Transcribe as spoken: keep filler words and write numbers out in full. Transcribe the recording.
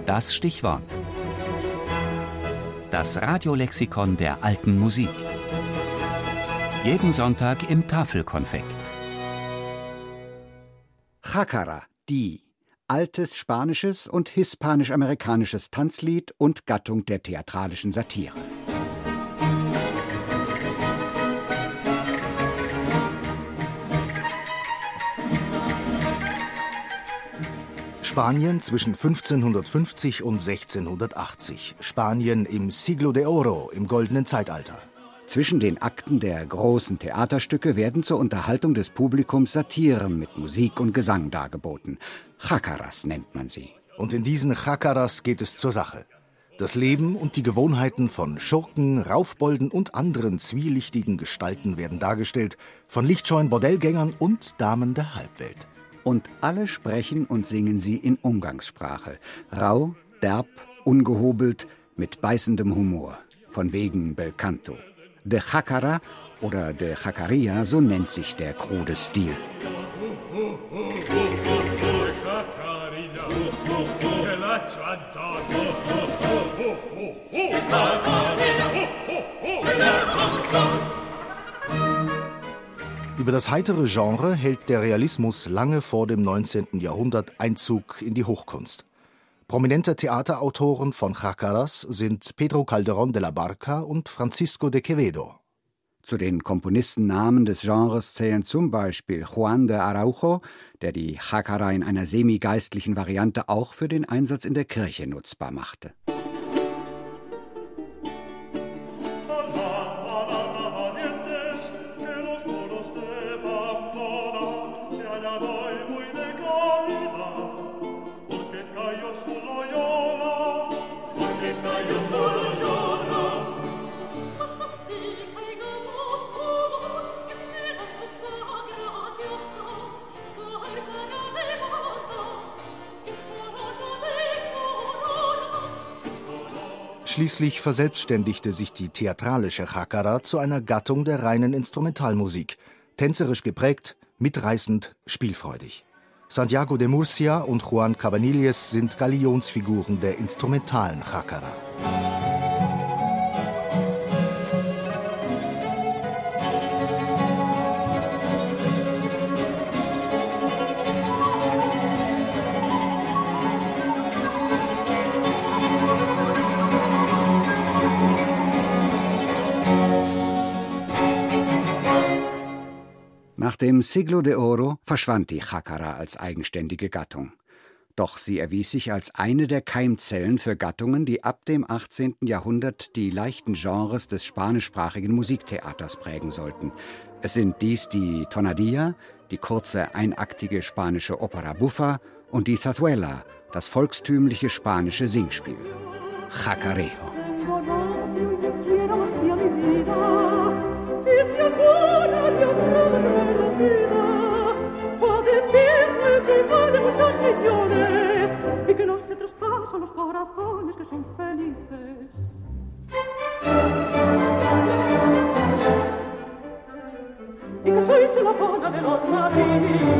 Das Stichwort. Das Radiolexikon der alten Musik. Jeden Sonntag im Tafelkonfekt. Chácara, die. Altes spanisches und hispanisch-amerikanisches Tanzlied und Gattung der theatralischen Satire. Spanien zwischen fünfzehnhundertfünfzig und sechzehnhundertachtzig. Spanien im Siglo de Oro, im goldenen Zeitalter. Zwischen den Akten der großen Theaterstücke werden zur Unterhaltung des Publikums Satiren mit Musik und Gesang dargeboten. Chácaras nennt man sie. Und in diesen Chácaras geht es zur Sache. Das Leben und die Gewohnheiten von Schurken, Raufbolden und anderen zwielichtigen Gestalten werden dargestellt, von lichtscheuen Bordellgängern und Damen der Halbwelt. Und alle sprechen und singen sie in Umgangssprache. Rau, derb, ungehobelt, mit beißendem Humor. Von wegen Bel Canto. De Chácara oder de Chacaria, so nennt sich der krude Stil. Über das heitere Genre hält der Realismus lange vor dem neunzehnten Jahrhundert Einzug in die Hochkunst. Prominente Theaterautoren von Chácaras sind Pedro Calderón de la Barca und Francisco de Quevedo. Zu den Komponistennamen des Genres zählen zum Beispiel Juan de Araujo, der die Chácara in einer semi-geistlichen Variante auch für den Einsatz in der Kirche nutzbar machte. Schließlich verselbstständigte sich die theatralische Chácara zu einer Gattung der reinen Instrumentalmusik. Tänzerisch geprägt, mitreißend, spielfreudig. Santiago de Murcia und Juan Cabanilles sind Galionsfiguren der instrumentalen Chácara. Nach dem Siglo de Oro verschwand die Chácara als eigenständige Gattung. Doch sie erwies sich als eine der Keimzellen für Gattungen, die ab dem achtzehnten Jahrhundert die leichten Genres des spanischsprachigen Musiktheaters prägen sollten. Es sind dies die Tonadilla, die kurze einaktige spanische Opera buffa und die Zarzuela, das volkstümliche spanische Singspiel. Chacareo. Y que no se traspasan los corazones que son felices. Y que soy tú la pona de los marinos.